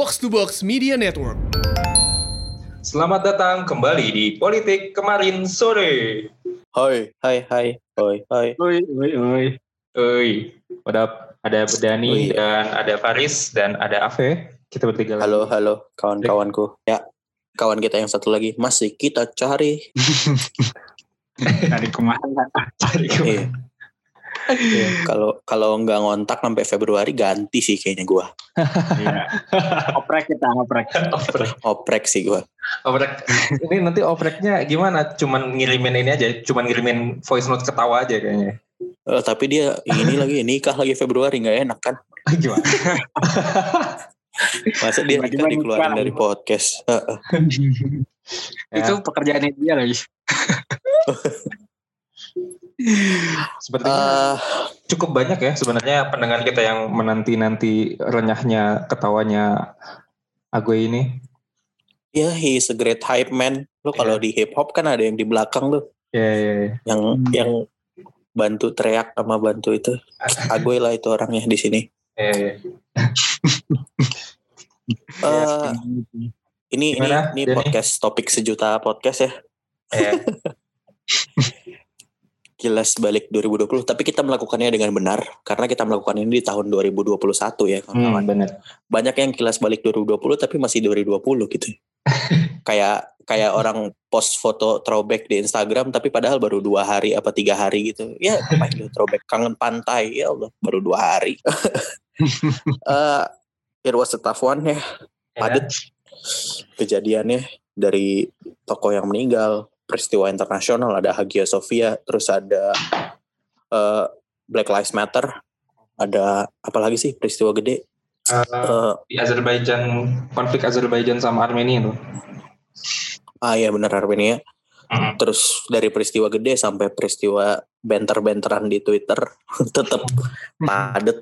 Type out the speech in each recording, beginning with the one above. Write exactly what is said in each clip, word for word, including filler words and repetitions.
Box to Box Media Network. Selamat datang kembali di Politik Kemarin Sore. Hoi, hai, hai, hoi, hoi. Oi, oi, oi. Oi, ada ada Bedani Oi. dan ada Faris dan ada Ave. Kita bertiga lagi. Halo, halo, kawan-kawanku. Ya, kawan kita yang satu lagi masih kita cari. Dari kemana? Cari Iya. kemana? Iya, Kalau kalau nggak ngontak sampai Februari ganti sih kayaknya gua. Iya. Oprek kita, oprek. Oprek. Oprek sih gua. Oprek. Ini nanti opreknya gimana? Cuman ngirimin ini aja, cuman ngirimin voice note ketawa aja kayaknya. Eh, tapi dia ini lagi nikah lagi Februari, nggak enak kan? Gimana? Masa dia nikah Tiba-tiba dikeluarin nikah. dari podcast? Eh, eh. Itu pekerjaannya dia lagi. Sepertinya Eh, cukup banyak ya sebenarnya pendengar kita yang menanti-nanti renyahnya ketawanya Agoy ini. Ya, he is a great hype man. Lo kalau di hip hop kan ada yang di belakang tuh, Ya, ya, ya. yang Hmm. yang bantu teriak sama bantu itu. Agoy lah itu orangnya di sini. Ya, ya. Eh, ini ini Gimana, ini Denny? podcast topik sejuta podcast ya. Ya. Kilas balik dua ribu dua puluh, tapi kita melakukannya dengan benar karena kita melakukan ini di tahun dua ribu dua puluh satu ya kawan-kawan. Hmm, benar. Banyak yang kilas balik dua ribu dua puluh tapi masih dua ribu dua puluh gitu. kayak kayak orang post foto throwback di Instagram tapi padahal baru dua hari apa tiga hari gitu. Ya ngapain lu throwback, kangen pantai, ya Allah baru dua hari. uh, it was a tough one ya, padat kejadiannya, dari tokoh yang meninggal, peristiwa internasional, ada Hagia Sophia, terus ada uh, Black Lives Matter, ada apa lagi sih peristiwa gede? Uh, Uh, di Azerbaijan, konflik Azerbaijan sama Armenia tuh. ah ya benar, Armenia. Hmm. Terus dari peristiwa gede sampai peristiwa benter-benteran di Twitter, tetap padat,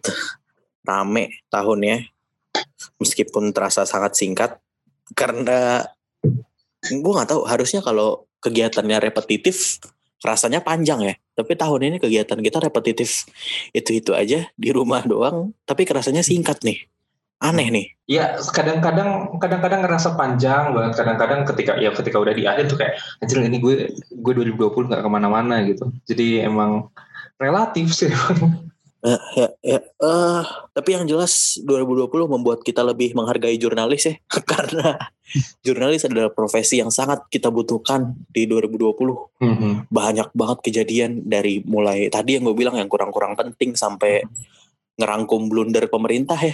rame tahunnya, meskipun terasa sangat singkat karena gue nggak tahu, harusnya kalau kegiatannya repetitif rasanya panjang ya, tapi tahun ini kegiatan kita repetitif itu-itu aja di rumah doang, tapi kerasanya singkat nih, aneh nih. Ya kadang-kadang kadang-kadang ngerasa panjang banget, kadang-kadang ketika ya ketika udah di akhir tuh kayak anjir ini gue gue dua ribu dua puluh nggak kemana-mana gitu. Jadi emang relatif sih. Ya, ya, ya. Eh, tapi yang jelas dua ribu dua puluh membuat kita lebih menghargai jurnalis ya, karena jurnalis adalah profesi yang sangat kita butuhkan di dua ribu dua puluh. Hmm. Banyak banget kejadian, dari mulai tadi yang gue bilang yang kurang-kurang penting sampai ngerangkum blunder pemerintah ya.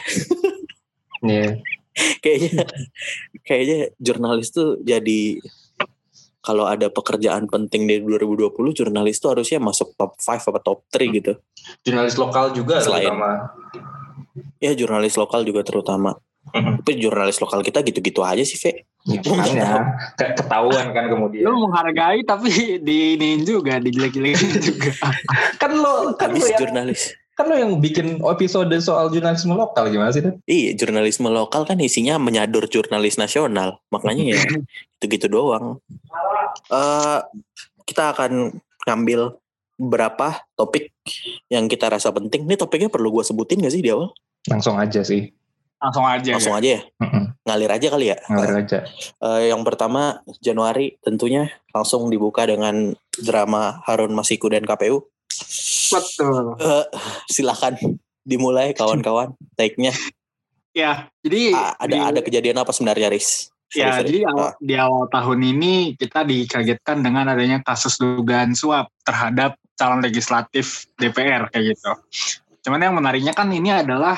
Yeah. kayaknya kayaknya jurnalis tuh jadi, kalau ada pekerjaan penting di dua ribu dua puluh, jurnalis tuh harusnya masuk top lima atau top tiga gitu. Jurnalis lokal juga Selain- terutama. Ya jurnalis lokal juga terutama. Mhm. Tapi jurnalis lokal kita gitu-gitu aja sih, Fe. Ya, makanya kayak ketahuan kan kemudian. Lu menghargai tapi diinin juga, dijelek-jelekin juga. Kan lo kan lo Habis yang jurnalis. kan lo yang bikin episode soal jurnalisme lokal gimana sih, Dan? Iya, jurnalisme lokal kan isinya menyadur jurnalis nasional. Makanya ya gitu-gitu doang. Eh, kita akan ngambil beberapa topik yang kita rasa penting. Ini topiknya perlu gue sebutin gak sih di awal? Langsung aja sih. Langsung aja. Langsung ya. aja ya? Mm-mm. Ngalir aja kali ya? Ngalir aja. Eh, yang pertama, Januari tentunya langsung dibuka dengan drama Harun Masiku dan K P U. Betul. Eh, silakan dimulai kawan-kawan take-nya. Ya, jadi A- ada di- ada kejadian apa sebenarnya, Riz? Sorry, Ya, sorry. jadi awal, Ah, di awal tahun ini kita dikagetkan dengan adanya kasus dugaan suap terhadap calon legislatif D P R kayak gitu. Cuman yang menariknya kan ini adalah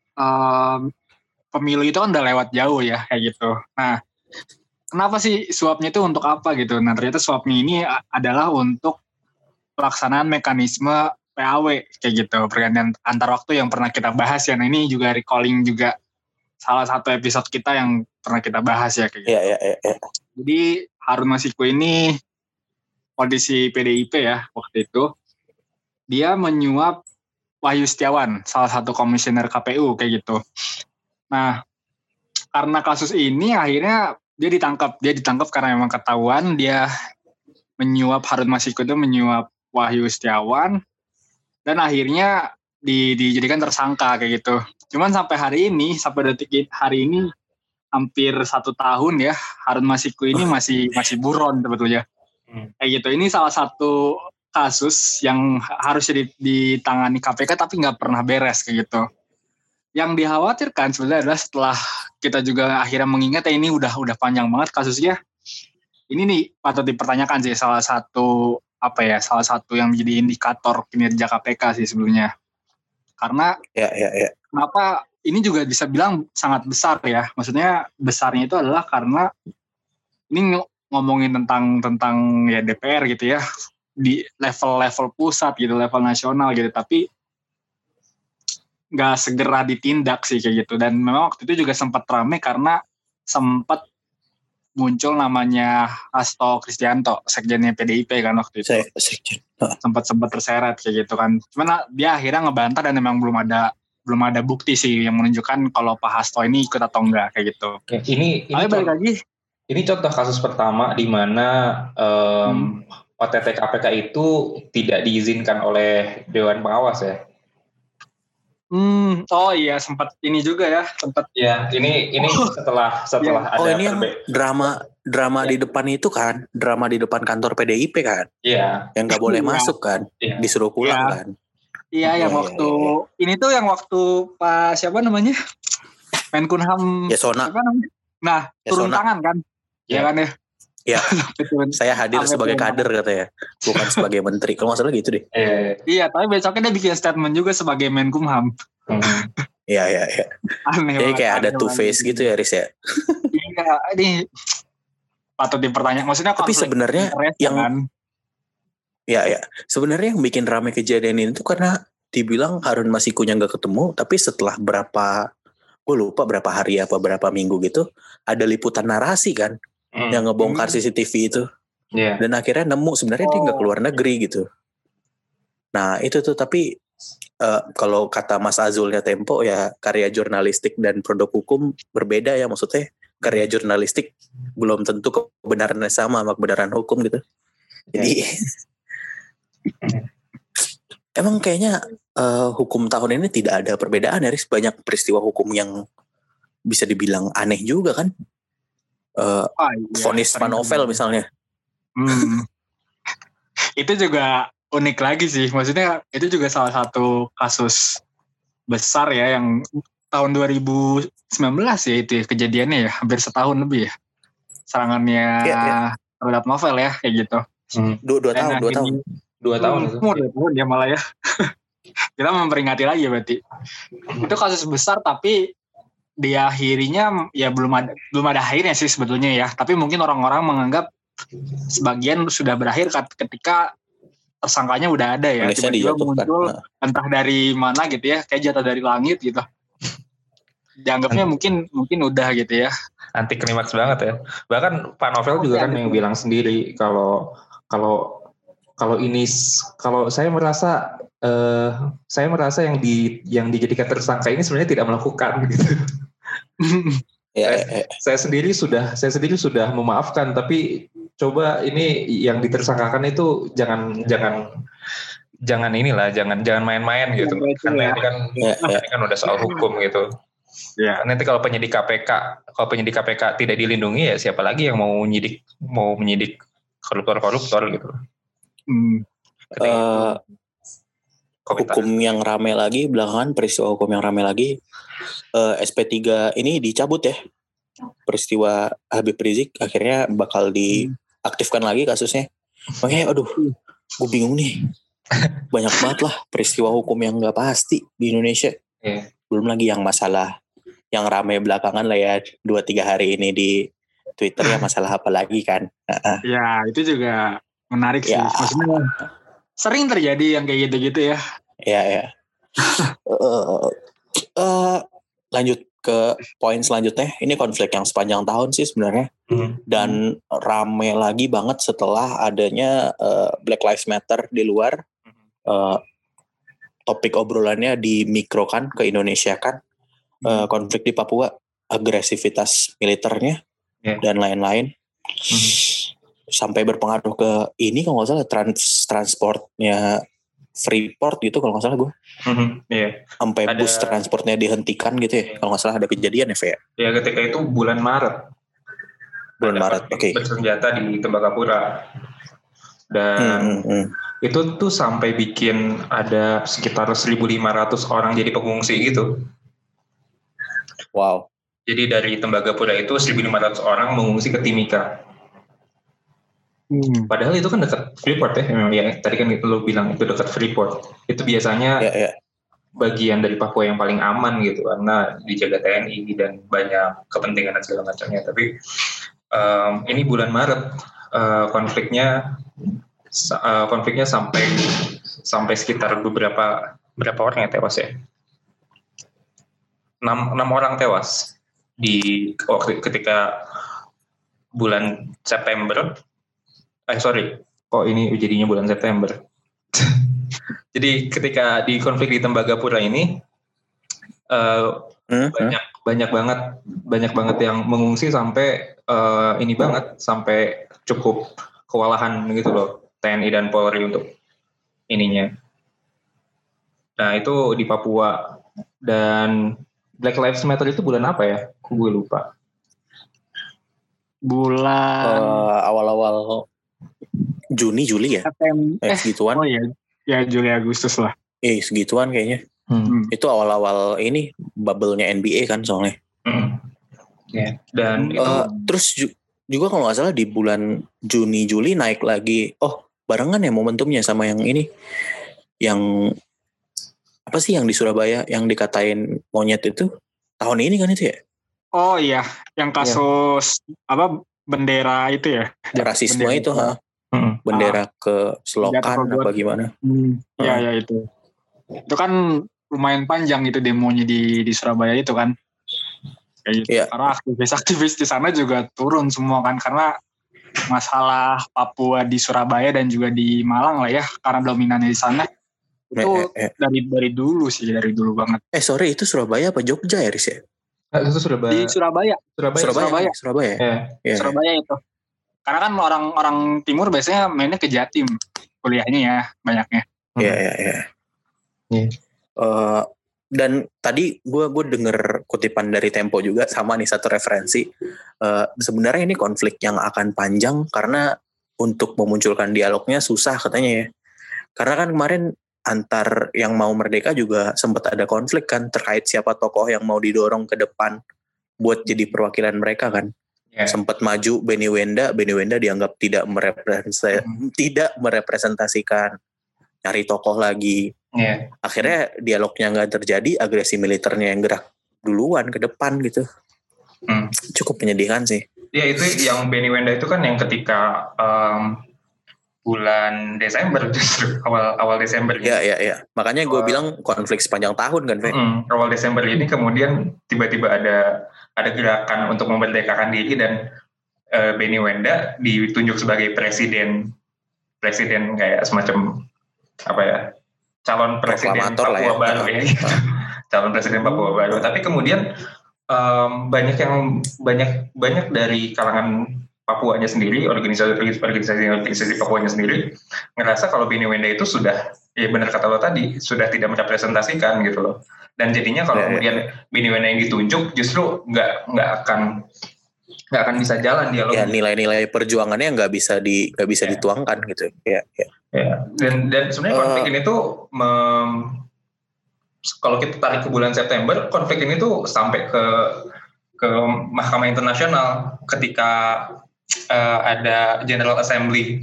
em, pemilu itu kan udah lewat jauh ya kayak gitu. Nah, kenapa sih suapnya itu untuk apa gitu? Nah, ternyata suapnya ini a- adalah untuk pelaksanaan mekanisme P A W kayak gitu, pergantian antar waktu yang pernah kita bahas ya. Nah, ini juga recalling juga salah satu episode kita yang pernah kita bahas ya kayak gitu. Iya, iya, iya. iya. Jadi Harun Masiku ini politisi P D I P ya waktu itu, dia menyuap Wahyu Setiawan, salah satu komisioner K P U kayak gitu. Nah, karena kasus ini akhirnya dia ditangkap, dia ditangkap karena memang ketahuan dia menyuap, Harun Masiku itu menyuap Wahyu Setiawan, dan akhirnya di, dijadikan tersangka kayak gitu. Cuman sampai hari ini, sampai detik hari ini hampir satu tahun ya, Harun Masiku ini masih masih buron sebetulnya. Hmm. Kayak gitu. Ini salah satu kasus yang harusnya ditangani K P K tapi nggak pernah beres kayak gitu. Yang dikhawatirkan sebenarnya adalah setelah kita juga akhirnya mengingat ya ini udah udah panjang banget kasusnya. Ini nih patut dipertanyakan sih salah satu apa ya salah satu yang menjadi indikator kinerja K P K sih sebelumnya. Karena ya, ya, ya. kenapa ini juga bisa bilang sangat besar ya. Maksudnya besarnya itu adalah karena ini ngomongin tentang tentang ya D P R gitu ya. Di level-level pusat gitu, level nasional gitu, tapi nggak segera ditindak sih kayak gitu. Dan memang waktu itu juga sempat ramai karena sempat muncul namanya Hasto Kristianto, sekjennya P D I P kan waktu itu. Sekjen. Sempat-sempat terseret kayak gitu kan. Cuman dia akhirnya ngebantah dan memang belum ada belum ada bukti sih yang menunjukkan kalau Pak Hasto ini ikut atau enggak kayak gitu. Oke, ini ini Tapi balik lagi. Ini contoh kasus pertama di mana um, hmm. O T T K P K itu tidak diizinkan oleh Dewan Pengawas ya. Hmm, oh iya sempat ini juga ya, sempat. Ya, ini ini setelah setelah ya. ada Oh ini yang drama drama ya. Di depan itu kan, drama di depan kantor P D I P kan. Iya. Yang nggak boleh ya. Masuk kan, ya. Disuruh pulang ya. Kan. Iya, yang ya, waktu ya, ya. Ini tuh yang waktu Pak siapa namanya? Menkumham. Yasona. Apa namanya? Nah, Yasona. Turun tangan kan? Iya kan ya? Ya, saya hadir Ambil sebagai kader katanya, bukan sebagai menteri. Kalau nggak salah gitu deh. Eh, iya, tapi besoknya dia bikin statement juga sebagai Menkumham. Iya, iya, iya. Aneh Jadi banget. kayak ada two face gitu ya, Riz ya. Iya, ini patut dipertanyakan. Maksudnya tapi sebenarnya yang kan? Ya, ya. Sebenarnya yang bikin rame kejadian ini tuh karena dibilang Harun Masikunya nggak ketemu, tapi setelah berapa, gue lupa berapa hari apa berapa minggu gitu, ada liputan narasi kan. Hmm. Yang ngebongkar C C T V itu, yeah. Dan akhirnya nemu sebenarnya oh. dia nggak keluar negeri gitu. Nah itu tuh tapi uh, kalau kata Mas Azulnya Tempo ya karya jurnalistik dan produk hukum berbeda ya, maksudnya karya jurnalistik belum tentu kebenarannya sama sama kebenaran hukum gitu. Jadi yeah. emang kayaknya uh, hukum tahun ini tidak ada perbedaan ya, banyak peristiwa hukum yang bisa dibilang aneh juga kan. Uh, ah, iya, vonis Panovel misalnya. Hmm. Itu juga unik lagi sih. Maksudnya itu juga salah satu kasus besar ya yang tahun dua ribu sembilan belas ya itu ya, kejadiannya ya hampir setahun lebih ya. Serangannya ya, ya. terhadap novel ya kayak gitu. Hmm. Dua, dua tahun, dua tahun. Dua tahun itu. Dua tahun ya malah ya. Kita memperingati lagi berarti. Itu kasus besar tapi di akhirnya ya belum ada belum ada akhirnya sih sebetulnya ya, tapi mungkin orang-orang menganggap sebagian sudah berakhir ketika tersangkanya udah ada ya, tiba-tiba muncul nah. entah dari mana gitu ya, kayak jatuh dari langit gitu, dianggapnya mungkin mungkin udah gitu ya, anti klimaks banget ya. Bahkan Pak Novel juga kan yang bilang sendiri kalau kalau kalau ini kalau saya merasa uh, saya merasa yang di yang dijadikan tersangka ini sebenarnya tidak melakukan gitu. ya, saya, ya. saya sendiri sudah saya sendiri sudah memaafkan, tapi coba ini yang ditersangkakan itu jangan jangan jangan inilah jangan jangan main-main gitu. Ya, karena ya. ini kan ya, ya. ini kan udah soal hukum gitu. Ya. Nanti kalau penyidik K P K kalau penyidik K P K tidak dilindungi ya siapa lagi yang mau nyidik mau menyidik koruptor-koruptor gitu. Hmm. Uh, hukum yang rame lagi belakangan, peristiwa hukum yang rame lagi, uh, S P tiga ini dicabut ya, peristiwa Habib Rizik akhirnya bakal diaktifkan lagi kasusnya. Makanya aduh gue bingung nih, banyak banget lah peristiwa hukum yang gak pasti di Indonesia. Yeah. Belum lagi yang masalah yang rame belakangan lah ya, dua tiga hari ini di Twitter ya, masalah apa lagi kan. Ya itu juga menarik sih, ya. Maksudnya sering terjadi yang kayak gitu-gitu ya. Ya ya. uh, uh, lanjut ke poin selanjutnya. Ini konflik yang sepanjang tahun sih sebenarnya. Hmm. Dan rame lagi banget setelah adanya uh, Black Lives Matter di luar. Uh, topik obrolannya di mikro kan ke Indonesia kan. Uh, konflik di Papua, agresivitas militernya yeah. dan lain-lain. Hmm. Sampai berpengaruh ke ini kalau nggak salah trans transportnya Freeport gitu kalau nggak salah gue. Mm-hmm, yeah. Sampai ada, bus transportnya dihentikan gitu ya. Kalau nggak salah ada kejadian ya, Fe? Ya ketika itu bulan Maret. Bulan Maret, oke. Okay. Bersenjata di Tembagapura. Dan hmm, hmm, hmm. itu tuh sampai bikin ada sekitar seribu lima ratus orang jadi pengungsi gitu. Wow. Jadi dari Tembagapura itu seribu lima ratus orang mengungsi ke Timika. Hmm. Padahal itu kan dekat Freeport ya, memang ya. Tadi kan itu lo bilang itu dekat Freeport. Itu biasanya yeah, yeah. bagian dari Papua yang paling aman gitu, karena dijaga T N I dan banyak kepentingan dan segala macamnya. Tapi um, ini bulan Maret uh, konfliknya uh, konfliknya sampai sampai sekitar beberapa berapa orang yang tewas ya? enam orang tewas di waktu ketika bulan September. Eh sorry, kok ini jadinya bulan September. Jadi ketika di konflik di Tembagapura ini uh, hmm, banyak hmm. banyak banget banyak banget yang mengungsi sampai uh, ini banget sampai cukup kewalahan gitu loh T N I dan Polri untuk ininya. Nah itu di Papua. Dan Black Lives Matter itu bulan apa ya? Gue lupa. Bulan uh, awal-awal Juni, Juli ya? September. Eh, segituan. Oh iya, ya Juli Agustus lah. Eh, segituan kayaknya. Hmm. Itu awal-awal ini bubble-nya N B A kan soalnya. Hmm. Yeah. Dan uh, itu terus ju- juga kalau nggak salah di bulan Juni, Juli naik lagi. Oh, barengan ya momentumnya sama yang ini. Yang apa sih yang di Surabaya yang dikatain monyet itu? Tahun ini kan itu ya? Oh iya, yang kasus yeah. apa bendera itu ya? Rasisme bendera itu, ha? Hmm. Bendera ah, ke selokan apa gimana? Hmm. Ya, hmm. ya itu. Itu kan lumayan panjang itu demonya di di Surabaya itu kan. Kayak gitu. Yeah. Karena aktivis-aktivis di sana juga turun semua kan karena masalah Papua di Surabaya dan juga di Malang lah ya, karena dominannya di sana. Itu eh, eh, eh. dari dari dulu sih, dari dulu banget. Eh sorry, itu Surabaya apa Jogja ya, Riz ya? Eh, itu Surabaya. Di Surabaya. Surabaya. Surabaya. Surabaya. Surabaya. Yeah. Yeah. Surabaya itu. Karena kan orang-orang timur biasanya mainnya ke Jatim kuliahnya ya banyaknya. Iya iya iya. Dan tadi gue gue denger kutipan dari Tempo juga sama nih satu referensi. Uh, sebenarnya ini konflik yang akan panjang karena untuk memunculkan dialognya susah katanya ya. Karena kan kemarin antar yang mau merdeka juga sempat ada konflik kan terkait siapa tokoh yang mau didorong ke depan buat jadi perwakilan mereka kan. Yeah. Sempat maju Benny Wenda, Benny Wenda dianggap tidak merepresentasi, mm. tidak merepresentasikan, nyari tokoh lagi. Yeah. Akhirnya dialognya nggak terjadi, agresi militernya yang gerak duluan ke depan gitu. Mm. Cukup menyedihkan sih. Ya yeah, itu yang Benny Wenda itu kan yang ketika um, bulan Desember justru awal awal Desember. Ya ya ya. Makanya gue uh, bilang konflik sepanjang tahun kan, Fe. Mm, awal Desember ini kemudian tiba-tiba ada ada gerakan untuk memerdekakan diri dan uh, Benny Wenda ditunjuk sebagai presiden presiden kayak semacam apa ya calon presiden Papua ya. baru ya gitu. calon presiden Papua baru. Tapi kemudian um, banyak yang banyak banyak dari kalangan Papuanya sendiri, organisasi-organisasi Papuanya sendiri ngerasa kalau Benny Wenda itu sudah, ya benar kata lo tadi, sudah tidak merepresentasikan gitu loh. Dan jadinya kalau ya, kemudian ya. Benny Wenda yang ditunjuk justru nggak nggak akan nggak akan bisa jalan dialog. Ya nilai-nilai perjuangannya nggak bisa di nggak bisa ya. dituangkan gitu. Ya, ya. ya. Dan dan sebenarnya konflik uh, ini tuh mem, kalau kita tarik ke bulan September, konflik ini tuh sampai ke ke Mahkamah Internasional ketika uh, ada General Assembly.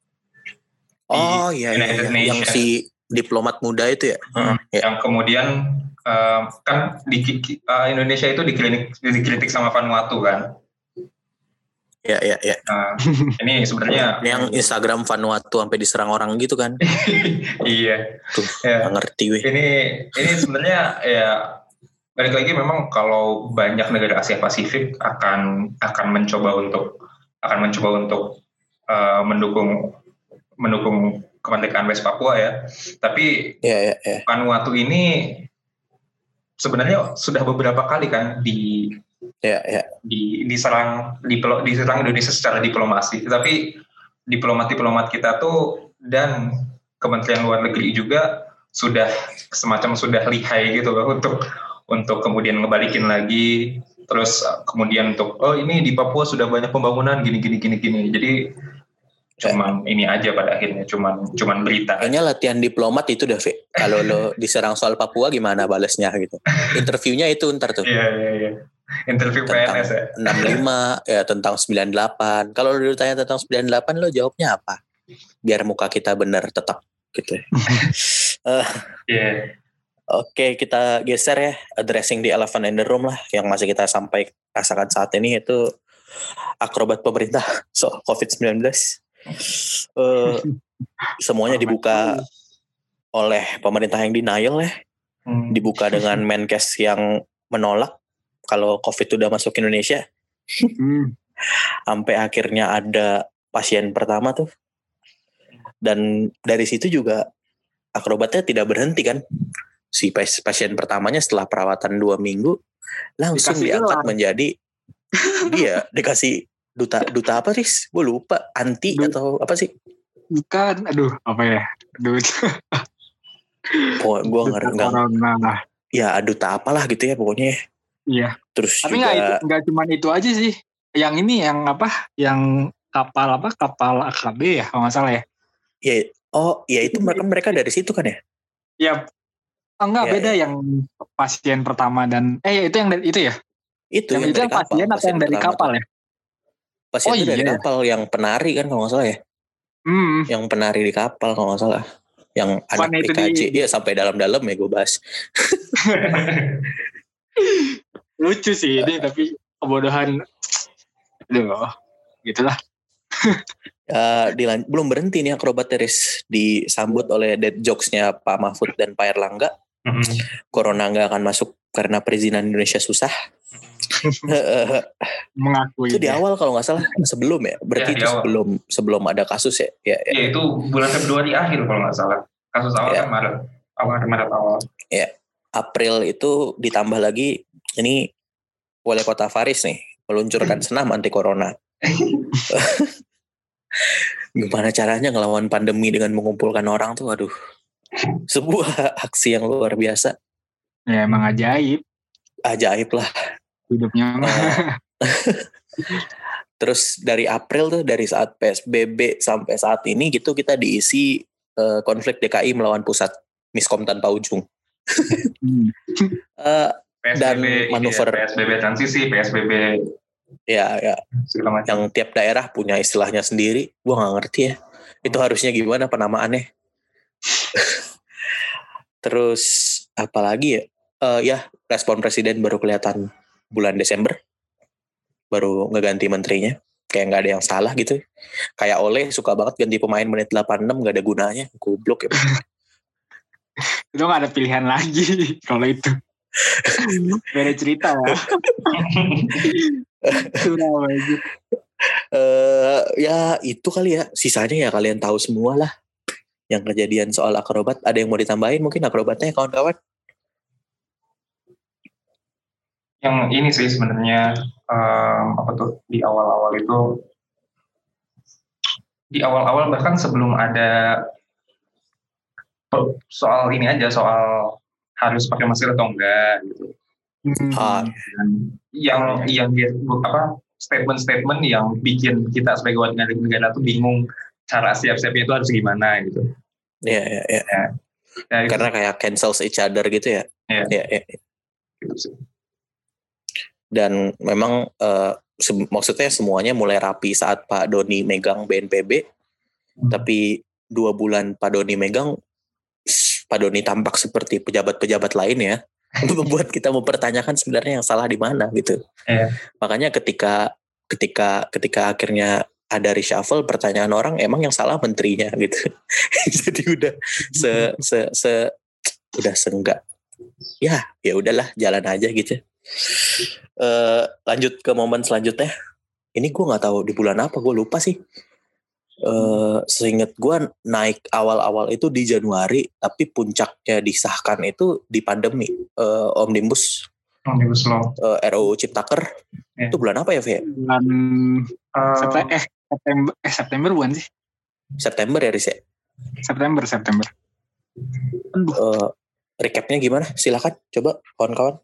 Oh iya, iya, iya. Yang si diplomat muda itu ya. Hmm, ya. Yang kemudian uh, kan di uh, Indonesia itu dikritik dikritik sama Vanuatu kan. Ya ya ya. Nah, ini sebenarnya yang Instagram Vanuatu sampai diserang orang gitu kan. Iya. Tuh, ya. ngerti weh. Ini ini sebenarnya ya balik lagi memang kalau banyak negara Asia Pasifik akan akan mencoba untuk akan mencoba untuk uh, mendukung mendukung kemerdekaan West Papua ya. Tapi ya, ya, ya. Vanuatu ini sebenarnya sudah beberapa kali kan di ya, ya. di diserang diplo, diserang Indonesia secara diplomasi. Tapi diplomat-diplomat kita tuh dan Kementerian Luar Negeri juga sudah semacam sudah lihai gitu loh untuk untuk kemudian ngebalikin lagi, terus kemudian untuk oh ini di Papua sudah banyak pembangunan gini gini gini gini. Jadi cuman ya. Ini aja pada akhirnya cuman cuman berita. Kayaknya latihan diplomat itu dah, Fe. Kalau lo diserang soal Papua gimana balasnya gitu. Interviewnya itu ntar tuh. Iya iya iya. Interview tentang P N S ya. enam puluh lima ya tentang sembilan puluh delapan. Kalau lo ditanya tentang sembilan puluh delapan lo jawabnya apa? Biar muka kita benar tetap gitu. uh, yeah. Oke, kita geser ya, addressing the elephant in the room lah yang masih kita sampai rasakan saat ini, yaitu akrobat pemerintah soal covid sembilan belas. Uh, semuanya dibuka oleh pemerintah yang denial ya. Hmm. Dibuka dengan Menkes yang menolak kalau covid udah masuk Indonesia. Hmm. Sampai akhirnya ada pasien pertama tuh. Dan dari situ juga akrobatnya tidak berhenti kan. Si pasien pertamanya setelah perawatan dua minggu langsung dikasih diangkat gelar. Menjadi dia dikasih duta duta apa Riz? Gue lupa, anti du, atau apa sih? Bukan, aduh apa ya? Aduh. Oh, gue nggak nggak. Ya duta apalah gitu ya pokoknya. Iya. Terus tapi juga nggak cuma itu aja sih. Yang ini yang apa? Yang kapal apa? Kapal A K B ya kalau nggak salah ya. Ya, oh, ya itu mereka mereka dari situ kan ya? Ya, oh, enggak ya, beda ya. Yang pasien pertama dan eh ya, itu yang dari itu ya? Itu yang, yang itu dari yang kapal, pasien atau yang dari kapal tuh. Ya? Pasien oh, itu iya. Dari kapal yang penari kan kalau nggak salah ya? Hmm. Yang penari di kapal kalau nggak salah. Yang anak P K J, di... ya sampai dalam-dalam ya gue bahas. Lucu sih ini tapi kebodohan. Aduh, gitulah. Uh, dilan- belum berhenti nih akrobat teris disambut oleh dead jokes-nya Pak Mahfud dan Pak Erlangga. Mm-hmm. Corona nggak akan masuk karena perizinan Indonesia susah. Mengakui itu di awal kalau nggak salah sebelum ya berarti ya, itu sebelum sebelum ada kasus ya. Ya, ya. ya itu bulan Februari akhir kalau nggak salah kasus awal ya. Kan Maret awal Maret awal. Ya April itu ditambah lagi ini Wali Kota Faris nih meluncurkan senam anti corona. Gimana caranya ngelawan pandemi dengan mengumpulkan orang tuh, aduh, sebuah aksi yang luar biasa. Ya emang ajaib, ajaib lah hidupnya. Uh, terus dari April tuh dari saat P S B B sampai saat ini gitu kita diisi uh, konflik D K I melawan pusat, miskom tanpa ujung. uh, P S B B dan manuver ya, P S B B transisi, P S B B ya ya yang tiap daerah punya istilahnya sendiri, gue nggak ngerti ya itu harusnya gimana penamaannya. Terus apalagi ya uh, ya respon presiden baru kelihatan bulan Desember, baru ngeganti menterinya kayak nggak ada yang salah gitu, kayak Oleh suka banget ganti pemain menit delapan puluh enam nggak ada gunanya, goblok ya. Itu nggak ada pilihan lagi kalau itu. Beda cerita ya. uh, ya itu kali ya, sisanya ya kalian tahu semua lah yang kejadian soal akrobat. Ada yang mau ditambahin mungkin akrobatnya kawan-kawan? Yang ini sih sebenarnya um, apa tuh di awal-awal itu di awal-awal bahkan sebelum ada soal ini aja soal harus pakai masker atau enggak gitu. Hmm. Ah. Yang yang dia apa statement-statement yang bikin kita sebagai warga negara tuh bingung cara siap-siapnya itu harus gimana gitu. Iya iya iya. Ya. Ya, karena itu. Kayak cancel each other gitu ya. Iya. Iya ya. Gitu sih. Dan memang uh, se- maksudnya semuanya mulai rapi saat Pak Doni megang B N P B. Hmm. Tapi dua bulan Pak Doni megang, Pak Doni tampak seperti pejabat-pejabat lain ya, membuat kita mempertanyakan sebenarnya yang salah di mana gitu. Yeah. Makanya ketika ketika ketika akhirnya ada reshuffle, pertanyaan orang emang yang salah menterinya gitu. Jadi udah se se se udah senggak. Ya, ya udahlah, jalan aja gitu. Uh, lanjut ke momen selanjutnya. Ini gue nggak tahu di bulan apa, gue lupa sih. Uh, seingat gue naik awal-awal itu di Januari, tapi puncaknya disahkan itu di pandemi, uh, Omnibus Omnibus Law, uh, R U U Ciptaker. Yeah. Itu bulan apa ya, Via? Bulan uh, September, eh September, eh September bukan sih? September ya, Riz ya? September, September. Uh, recapnya gimana? Silakan, coba kawan-kawan.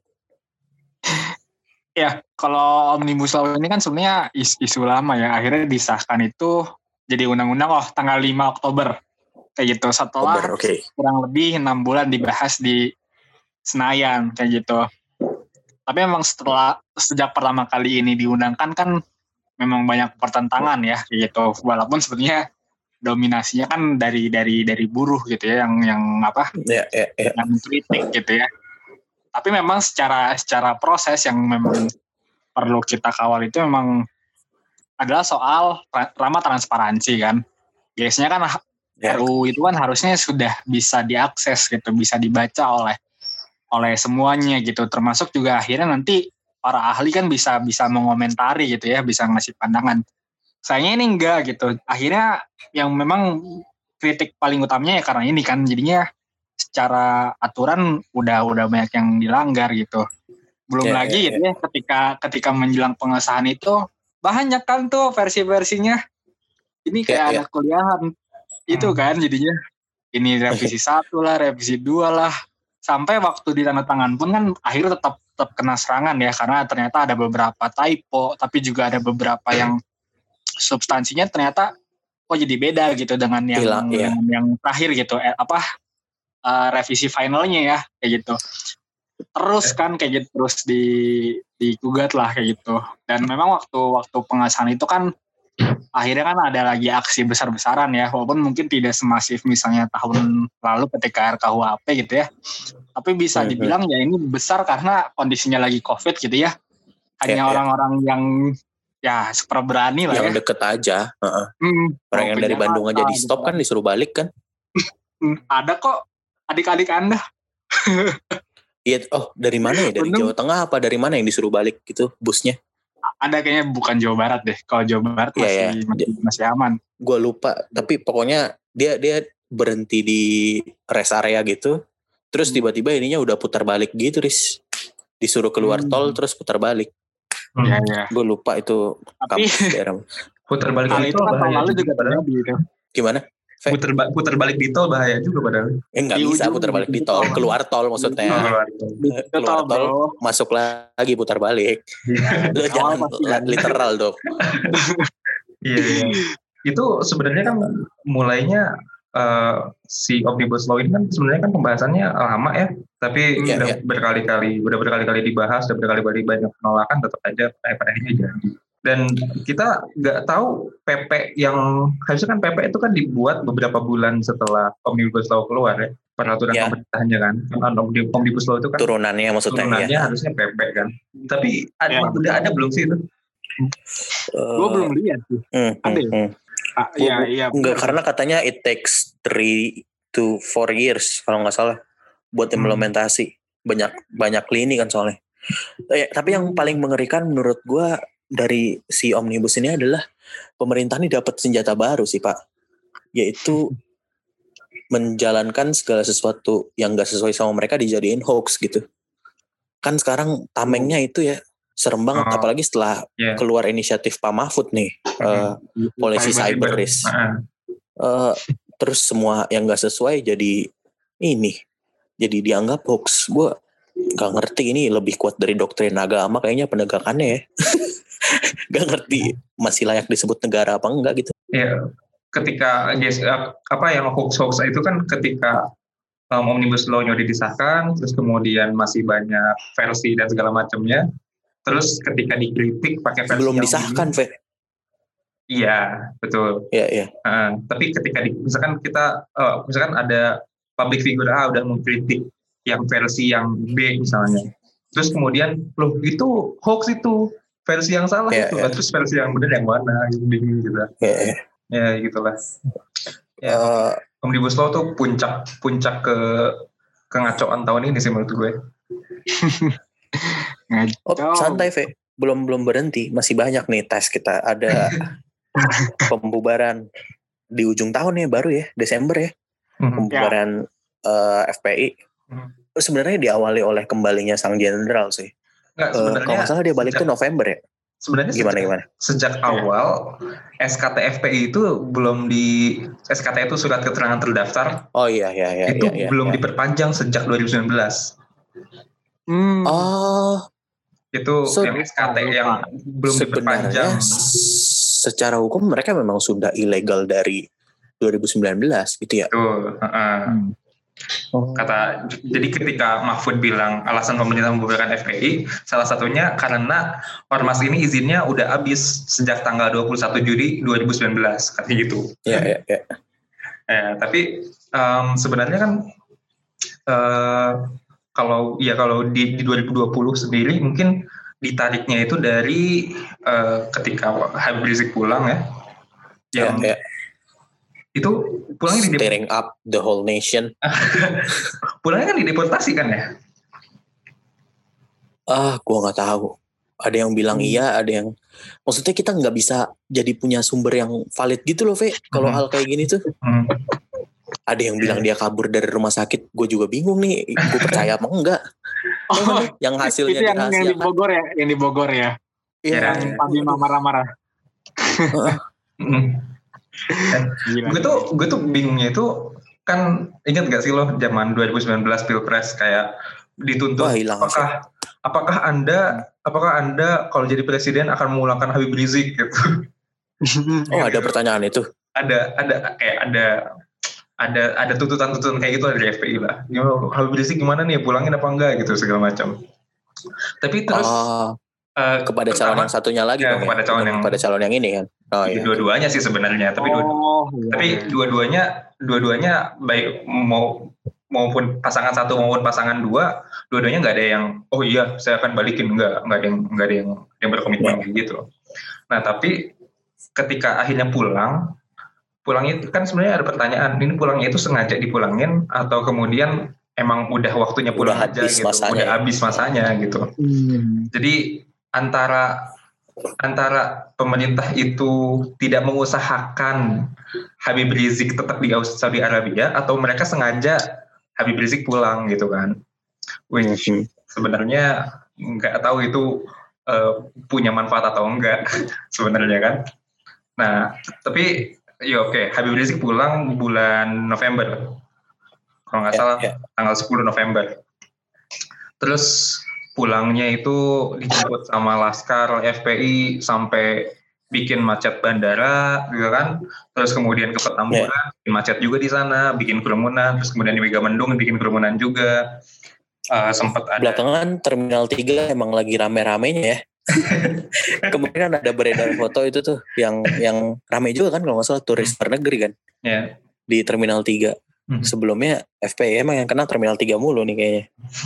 Ya, kalau Omnibus Law ini kan sebenarnya is- isu lama ya. Akhirnya disahkan itu jadi undang-undang oh tanggal lima Oktober. Kayak gitu. Setelah Oktober, okay. kurang lebih enam bulan dibahas di Senayan. Kayak gitu. Tapi memang setelah, sejak pertama kali ini diundangkan kan memang banyak pertentangan ya. Kayak gitu. Walaupun sebetulnya dominasinya kan dari dari dari buruh gitu ya. Yang, yang apa? Ya, ya, ya. Yang kritik gitu ya. Tapi memang secara secara proses yang memang perlu kita kawal itu memang adalah soal ramah transparansi kan. Biasanya kan ya. R U U itu kan harusnya sudah bisa diakses gitu, bisa dibaca oleh oleh semuanya gitu. Termasuk juga akhirnya nanti para ahli kan bisa bisa mengomentari gitu ya, bisa ngasih pandangan. Sayangnya ini enggak gitu. Akhirnya yang memang kritik paling utamanya ya karena ini kan jadinya secara aturan udah udah banyak yang dilanggar gitu. Belum yeah, lagi yeah, gitu yeah. ya ketika ketika menjelang pengesahan itu banyak kan tuh versi-versinya. Ini kayak yeah, anak yeah. kuliahan itu kan jadinya. Ini revisi satu lah, revisi dua lah. Sampai waktu ditandatangan pun kan akhirnya tetap tetap kena serangan ya karena ternyata ada beberapa typo, tapi juga ada beberapa yang substansinya ternyata kok jadi beda gitu dengan yang Gila, yeah. yang, yang terakhir gitu. Eh, apa Uh, revisi finalnya ya kayak gitu terus kan kayak gitu terus di digugat lah kayak gitu dan memang waktu waktu pengesahan itu kan akhirnya kan ada lagi aksi besar-besaran ya walaupun mungkin tidak semasif misalnya tahun lalu ketika R K U H P gitu ya tapi bisa hmm, dibilang hmm. ya ini besar karena kondisinya lagi COVID gitu ya hanya ya, orang-orang ya. yang ya super berani lah yang ya. deket aja uh-uh. hmm, orang yang dari Bandung aja di stop gitu. Kan disuruh balik kan ada kok adik-adik Anda. Iya, oh dari mana ya? Dari Jawa Tengah apa dari mana yang disuruh balik gitu busnya? Ada kayaknya bukan Jawa Barat deh. Kalau Jawa Barat masih, ya, ya. masih masih aman. Gue lupa, tapi pokoknya dia dia berhenti di rest area gitu. Terus tiba-tiba ininya udah putar balik gitu, Riz. Disuruh keluar hmm. tol terus putar balik. Hmm. Ya, ya. Gue lupa itu kampus daerah. Putar balik di tol kan lalu juga padahal gitu. Gimana? Puter, ba- puter balik di tol bahaya juga padahal. Eh nggak bisa puter balik di tol, keluar tol maksudnya. Keluar tol, keluar tol masuk lagi putar balik. Lu jangan literal dong. Iya, iya. Itu sebenarnya kan mulainya uh, si Omnibus Law ini kan sebenarnya kan pembahasannya lama ya, tapi yeah, udah yeah. berkali-kali, udah berkali-kali dibahas, udah berkali-kali banyak penolakan, tetap aja pada akhirnya jadi. Dan kita nggak tahu P P yang harusnya kan P P itu kan dibuat beberapa bulan setelah Omnibus Law keluar ya, peraturan ya. Pemerintahannya kan. Omnibus Law itu kan turunannya maksudnya. Turunannya ya. harusnya P P kan. Tapi ada, ya. udah ada belum sih itu? Uh, gue belum lihat sih. Hmm, ada. Hmm, hmm. Ah, iya iya. Enggak karena katanya it takes three to four years kalau nggak salah buat implementasi. Hmm. Banyak banyak lini kan soalnya. Eh, tapi yang paling mengerikan menurut gue dari si Omnibus ini adalah pemerintah ini dapat senjata baru sih Pak, yaitu menjalankan segala sesuatu yang gak sesuai sama mereka dijadiin hoax gitu. Kan sekarang tamengnya itu ya serem banget, oh, apalagi setelah yeah. keluar inisiatif Pak Mahfud nih, uh, polisi cyber risk. Uh, terus semua yang gak sesuai jadi ini, jadi dianggap hoax. Gue gak ngerti ini lebih kuat dari doktrin agama kayaknya penegakannya ya. Gak ngerti masih layak disebut negara apa enggak gitu. Ya, ketika guys, apa yang hoax-hoax itu kan ketika um, Omnibus Law-nya disahkan, terus kemudian masih banyak versi dan segala macamnya. Terus ketika dikritik pakai versi belum disahkan, Ve. Iya, betul. Iya, iya. Uh, tapi ketika di, misalkan kita uh, misalkan ada public figure A udah mengkritik yang versi yang B misalnya. Terus kemudian loh itu hoax itu versi yang salah yeah, itu yeah. Terus versi yang benar yang mana gitu bingung gitu. Yeah, yeah. Ya gitulah. Ya, uh, Omnibus Law tuh puncak puncak ke kengacauan tahun ini sih menurut gue. Oh, santai Ve, belum belum berhenti, masih banyak nih tes kita. Ada pembubaran di ujung tahun ya baru ya, Desember ya. Mm-hmm. Pembubaran yeah. uh, F P I. Mm-hmm. Sebenarnya diawali oleh kembalinya sang jenderal sih. Nggak, sebenarnya, uh, kalau nggak salah dia balik sejak, tuh November ya. sebenarnya gimana sejak, gimana? Sejak awal S K T F P I itu belum di S K T itu surat keterangan terdaftar. Oh iya iya iya. Itu iya, belum iya. diperpanjang sejak dua ribu sembilan belas. Hmm. Oh. Itu So, yang S K T yang belum diperpanjang. Secara hukum mereka memang sudah ilegal dari dua ribu sembilan belas gitu ya. Betul. Uh-uh. Hmm. Oh. Kata jadi ketika Mahfud bilang alasan pemerintah membubarkan F P I salah satunya karena ormas ini izinnya udah habis sejak tanggal dua puluh satu Juli dua ribu sembilan belas katanya gitu. Ya ya ya. Ya, tapi um, sebenarnya kan uh, kalau ya kalau di, di dua ribu dua puluh sendiri mungkin ditariknya itu dari uh, ketika Habib Rizik pulang ya. Yang ya, ya. Itu pulangnya di stirring up the whole nation. Pulangnya kan dideportasi kan ya? Ah, gua nggak tahu. Ada yang bilang hmm. iya, ada yang maksudnya kita nggak bisa jadi punya sumber yang valid gitu loh, Ve. Kalau hmm. hal kayak gini tuh. Hmm. Ada yang bilang dia kabur dari rumah sakit, gue juga bingung nih, gue percaya apa enggak? Oh, yang hasilnya itu yang, yang di Bogor ya, yang di Bogor ya. Iya. Yang Abi marah-marah. Gue tuh gue tuh bingungnya itu kan ingat gak sih lo zaman dua ribu sembilan belas Pilpres kayak dituntut Wah, apakah sih. apakah anda apakah anda kalau jadi presiden akan memulangkan Habib Rizik gitu. Oh ada pertanyaan itu. Ada ada kayak ada ada ada tuntutan-tuntutan kayak gitu dari F P I lah. Gimana Habib Rizik gimana nih pulangin apa enggak gitu segala macam. Tapi terus oh. Uh, kepada calon yang satunya lagi ya, dong kepada ya? calon yang kepada calon yang ini kan. Oh iya. Dua-duanya sih sebenarnya, tapi dua oh, tapi dua-duanya dua-duanya baik mau maupun pasangan satu maupun pasangan dua, dua-duanya nggak ada yang oh iya saya akan balikin nggak nggak ada yang nggak ada yang yang berkomitmen kayak gitu. Nah tapi ketika akhirnya pulang, pulangnya itu kan sebenarnya ada pertanyaan ini pulangnya itu sengaja dipulangin atau kemudian emang udah waktunya pulang udah aja gitu, masanya. udah habis masanya gitu. Hmm. Jadi antara antara pemerintah itu tidak mengusahakan Habib Rizik tetap di Saudi Arabia atau mereka sengaja Habib Rizik pulang gitu kan. Which hmm. sebenarnya nggak tahu itu uh, punya manfaat atau enggak sebenarnya kan. Nah, tapi ya oke, okay. Habib Rizik pulang bulan November. Kalau nggak yeah, salah yeah. tanggal sepuluh November. Terus pulangnya itu dijemput sama Laskar F P I sampai bikin macet bandara, gitu kan? Terus kemudian ke Petamburan, yeah. bikin macet juga di sana, bikin kerumunan. Terus kemudian di Megamendung bikin kerumunan juga. Uh, sempat ada. Belakangan Terminal tiga emang lagi rame-ramenya ya. Kemarin ada beredar foto itu tuh yang yang rame juga kan kalau nggak salah turis luar negeri kan. Yeah. Di Terminal tiga. Hmm. Sebelumnya F P I emang yang kena Terminal tiga mulu nih kayaknya.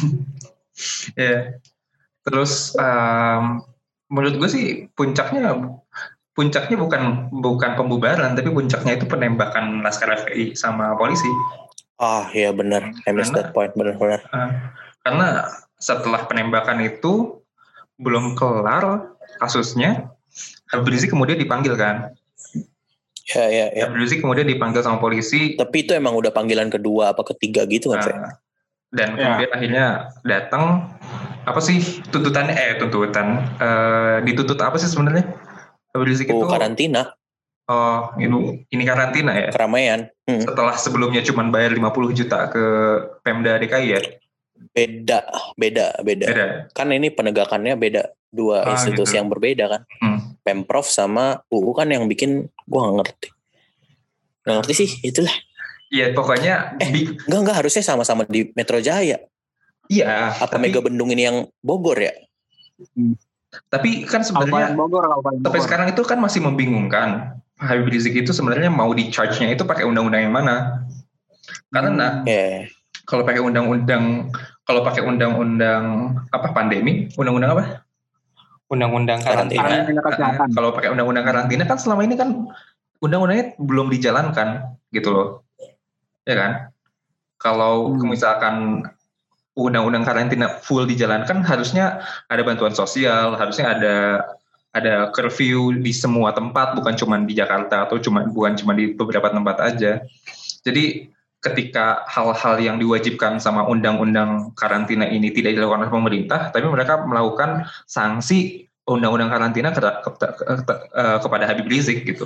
Ya, yeah. Terus um, menurut gue sih puncaknya puncaknya bukan bukan pembubaran tapi puncaknya itu penembakan Laskar F P I sama polisi. Ah ya benar, I missed that point benar-benar. Uh, karena setelah penembakan itu belum kelar kasusnya, Habib Rizik kemudian dipanggil kan. Ya ya ya. Habib Rizik kemudian dipanggil sama polisi. Tapi itu emang udah panggilan kedua apa ketiga gitu kan? Uh, dan kemudian ya. Akhirnya datang apa sih tuntutannya eh tuntutan uh, dituntut apa sih sebenarnya Habib Rizik oh, itu karantina oh ini ini karantina ya keramaian hmm. Setelah sebelumnya cuma bayar lima puluh juta ke Pemda D K I ya beda beda beda, beda. Kan ini penegakannya beda dua ah, institusi gitu. Yang berbeda kan hmm. Pemprov sama U U kan yang bikin gua nggak ngerti nggak ngerti sih itulah. Iya pokoknya eh, big... enggak enggak harusnya sama-sama di Metro Jaya. Iya. Apa tapi... Megabendung ini yang Bogor ya? Hmm. Tapi kan sebenarnya sampai sekarang itu kan masih membingungkan. Habib Rizik itu sebenarnya mau di charge-nya itu pakai undang-undang yang mana? Karena hmm. yeah. kalau pakai undang-undang kalau pakai undang-undang apa pandemi, undang-undang apa? Undang-undang karantina. karantina. Kalau pakai undang-undang karantina kan selama ini kan undang-undangnya belum dijalankan gitu loh. Ya kan? Kalau hmm. misalkan undang-undang karantina full dijalankan, harusnya ada bantuan sosial, harusnya ada ada curfew di semua tempat, bukan cuma di Jakarta atau cuma bukan cuma di beberapa tempat aja. Jadi ketika hal-hal yang diwajibkan sama undang-undang karantina ini tidak dilakukan oleh pemerintah, tapi mereka melakukan sanksi undang-undang karantina ke, ke, ke, ke, uh, kepada Habib Rizik gitu.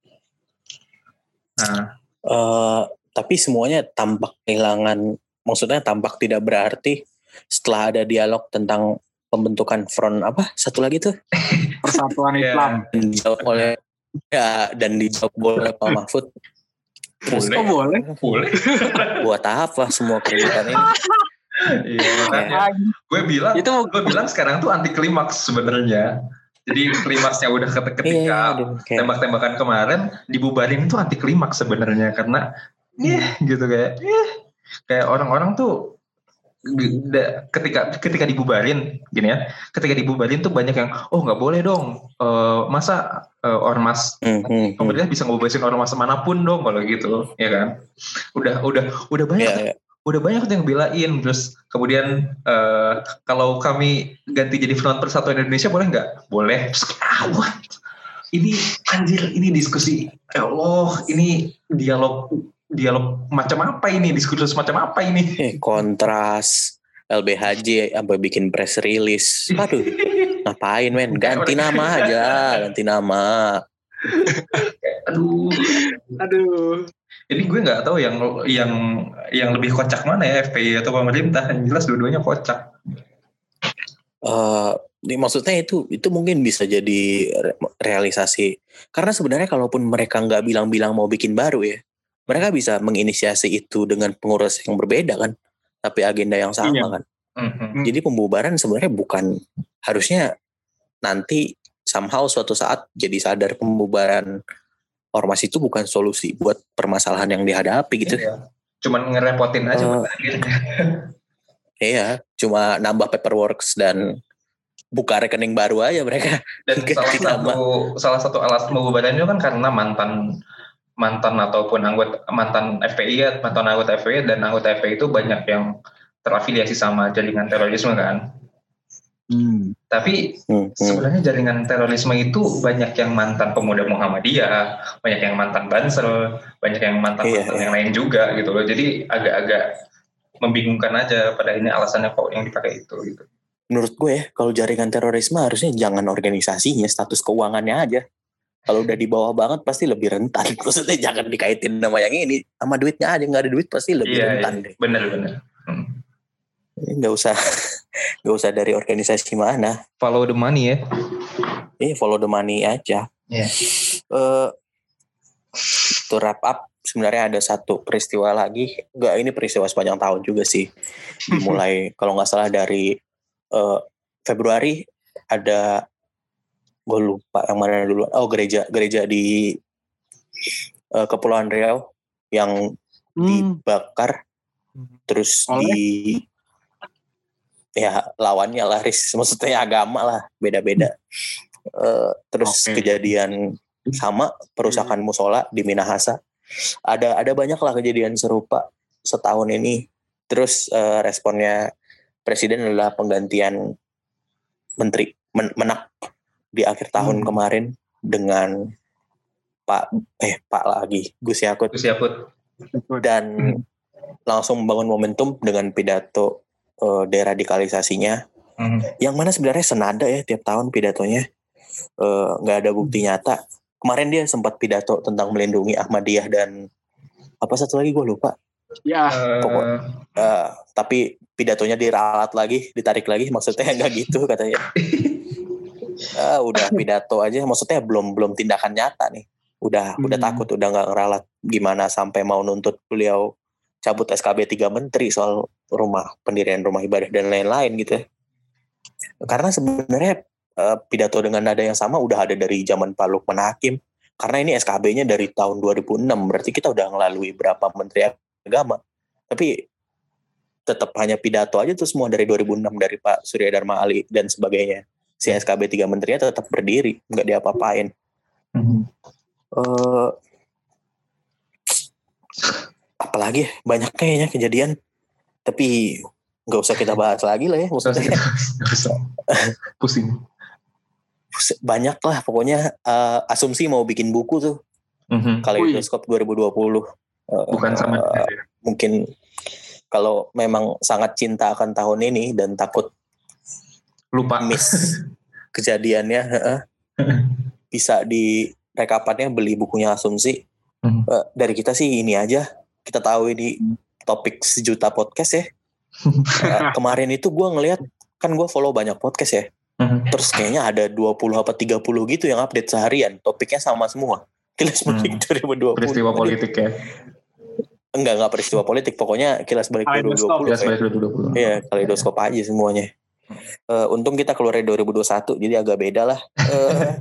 Nah, uh, tapi semuanya tampak kehilangan, maksudnya tampak tidak berarti setelah ada dialog tentang pembentukan front apa satu lagi tuh Persatuan Islam dan dijawab oleh ya dan dijawab oleh Pak Mahfud. Terus boleh, kok boleh? Boleh. Buat apa semua keributan ini? Iya, makanya gue bilang itu gue bilang sekarang tuh anti klimaks sebenarnya. Jadi klimaksnya udah ketika iya, okay. tembak-tembakan kemarin dibubarin itu anti klimaks sebenarnya karena yeah, gitu kayak yeah, kayak orang-orang tuh ketika ketika dibubarin gini ya, ketika dibubarin tuh banyak yang oh nggak boleh dong, uh, masa uh, ormas mm-hmm. pemerintah bisa ngobatin ormas manapun dong kalau gitu, ya kan? Udah udah udah banyak. Yeah, yeah. Udah banyak yang belain, terus kemudian uh, kalau kami ganti jadi Front Persatuan Indonesia boleh nggak? Boleh. Terus, ah, what? Ini anjir, ini diskusi. Ya Allah, ini dialog dialog macam apa ini? Diskusi macam apa ini? Eh, kontras, L B H J sampai bikin press release. Aduh, ngapain men? Ganti nama aja, ganti nama. Aduh, aduh. Jadi gue nggak tahu yang yang yang lebih kocak mana ya, F P I atau pemerintah. Yang jelas dua-duanya kocak. Uh, maksudnya itu itu mungkin bisa jadi realisasi. Karena sebenarnya kalaupun mereka nggak bilang-bilang mau bikin baru ya, mereka bisa menginisiasi itu dengan pengurus yang berbeda kan, tapi agenda yang sama iya. kan. Mm-hmm. Jadi pembubaran sebenarnya bukan harusnya nanti somehow suatu saat jadi sadar pembubaran ormas itu bukan solusi buat permasalahan yang dihadapi gitu. Iya. Cuman ngerepotin aja uh, Iya, cuma nambah paperworks dan buka rekening baru aja mereka. Dan salah satu salah satu alasan pembubarannya kan karena mantan mantan ataupun anggota mantan F P I, mantan anggota F P I dan anggota F P I itu banyak yang terafiliasi sama jaringan terorisme kan. Hmm. Tapi hmm, hmm. sebenarnya jaringan terorisme itu banyak yang mantan pemuda Muhammadiyah, banyak yang mantan Banser, banyak yang mantan iya, mantan iya. yang lain juga gitu loh. Jadi agak-agak membingungkan aja pada ini alasannya kok yang dipakai itu gitu. Menurut gue ya, kalau jaringan terorisme harusnya jangan organisasinya, status keuangannya aja. Kalau udah di bawah banget pasti lebih rentan. Maksudnya jangan dikaitin nama yang ini, sama duitnya aja, nggak ada duit pasti lebih iya, rentan iya. deh. Bener-bener. Hmm. Nggak usah nggak usah dari organisasi mana, follow the money ya. Iya, follow the money aja. Yeah. Uh, to wrap up, sebenarnya ada satu peristiwa lagi. Nggak, ini peristiwa sepanjang tahun juga sih. Dimulai kalau nggak salah dari uh, Februari ada, gue lupa yang mana dulu. Oh, gereja gereja di uh, Kepulauan Riau yang hmm. dibakar, terus oh, di ya lawannya lah, Riz. Maksudnya agama lah, beda-beda. Uh, terus okay. kejadian sama perusakan musola di Minahasa. Ada ada banyak lah kejadian serupa setahun ini. Terus uh, responnya presiden adalah penggantian menteri men- menak di akhir tahun hmm. kemarin dengan Pak eh Pak lagi Gus Yakut. Gus Yakut. Dan hmm. langsung membangun momentum dengan pidato Uh, deradikalisasinya, hmm. yang mana sebenarnya senada ya tiap tahun pidatonya, nggak uh, ada bukti nyata. Kemarin dia sempat pidato tentang melindungi Ahmadiyah dan apa satu lagi gue lupa. Ya. Pokok, uh, tapi pidatonya diralat lagi, ditarik lagi, maksudnya nggak gitu katanya. uh, udah pidato aja, maksudnya belum belum tindakan nyata nih. Udah hmm. udah takut, udah nggak ngeralat. Gimana sampai mau nuntut beliau cabut S K B tiga menteri soal rumah pendirian rumah ibadah dan lain-lain gitu ya. Karena sebenarnya uh, pidato dengan nada yang sama udah ada dari zaman Pak Lukman Hakim. Karena ini S K B-nya dari tahun dua ribu enam, berarti kita udah ngelalui berapa menteri agama. Tapi tetap hanya pidato aja tuh semua dari dua ribu enam dari Pak Surya Dharma Ali dan sebagainya. Si S K B tiga menterinya tetap berdiri, nggak diapa-apain. Mm-hmm. Uh, apalagi banyak kayaknya kejadian, tapi nggak usah kita bahas lagi lah ya, maksudnya nggak usah pusing banyak lah pokoknya. uh, asumsi mau bikin buku tuh mm-hmm. Kaleidoskop dua ribu dua puluh uh, bukan sama uh, mungkin kalau memang sangat cinta akan tahun ini dan takut lupa miss kejadiannya. Bisa di rekapannya beli bukunya Asumsi. Hmm. Uh, dari kita sih ini aja. Kita tahu ini topik sejuta podcast ya. uh, kemarin itu gue ngelihat, kan gue follow banyak podcast ya. Hmm. Terus kayaknya ada dua puluh apa tiga puluh gitu yang update seharian. Topiknya sama semua. Kilas balik hmm. dua ribu dua puluh. Peristiwa politik ya. Enggak, enggak peristiwa politik. Pokoknya kilas balik dua ribu dua puluh. Kilas balik dua ribu dua puluh. Iya, kaleidoskop aja semuanya. Uh, untung kita keluar dari dua ribu dua puluh satu, jadi agak beda lah. Uh,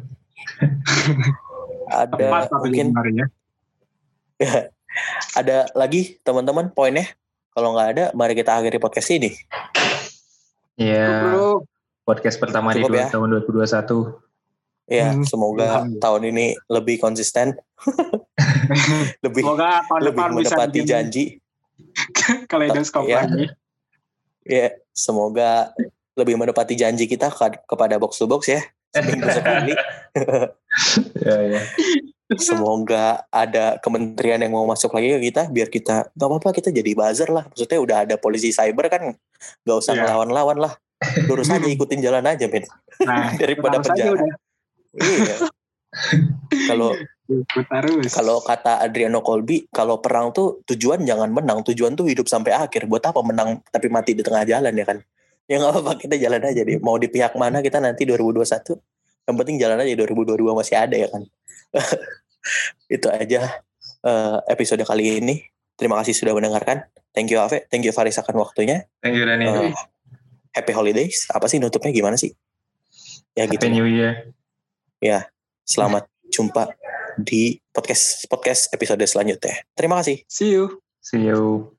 ada mungkin ya, ada lagi teman-teman poinnya. Kalau nggak ada, mari kita akhiri podcast ini. Ya, podcast pertama Cukup di ya. tahun dua ribu dua puluh satu. Ya, hmm. semoga hmm. tahun ini lebih konsisten, lebih semoga tahun lebih menepati janji. Kaleidoskop ya. lagi. Ya, semoga lebih menepati janji kita ke- kepada box to box ya. Seminggu sekali. ya, ya. Semoga ada kementerian yang mau masuk lagi ke kita, biar kita gak apa-apa, kita jadi buzzer lah. Maksudnya udah ada polisi cyber kan, gak usah yeah. ngelawan-lawan lah. Lurus aja, ikutin jalan aja men. Nah, daripada penjara. Iya. Kalau kalau kata Adriano Colby, kalau perang tuh tujuan jangan menang, tujuan tuh hidup sampai akhir. Buat apa menang tapi mati di tengah jalan ya kan? Ya gak apa-apa, kita jalan aja deh. Mau di pihak mana kita nanti dua ribu dua puluh satu. Yang penting jalan aja, dua ribu dua puluh dua masih ada ya kan. Itu aja uh, episode kali ini. Terima kasih sudah mendengarkan. Thank you Ave, thank you Faris akan waktunya. Thank you Dani. Uh, happy holidays. Apa sih nutupnya gimana sih? Ya happy gitu. New Year. Ya, selamat jumpa di podcast podcast episode selanjutnya. Terima kasih. See you. See you.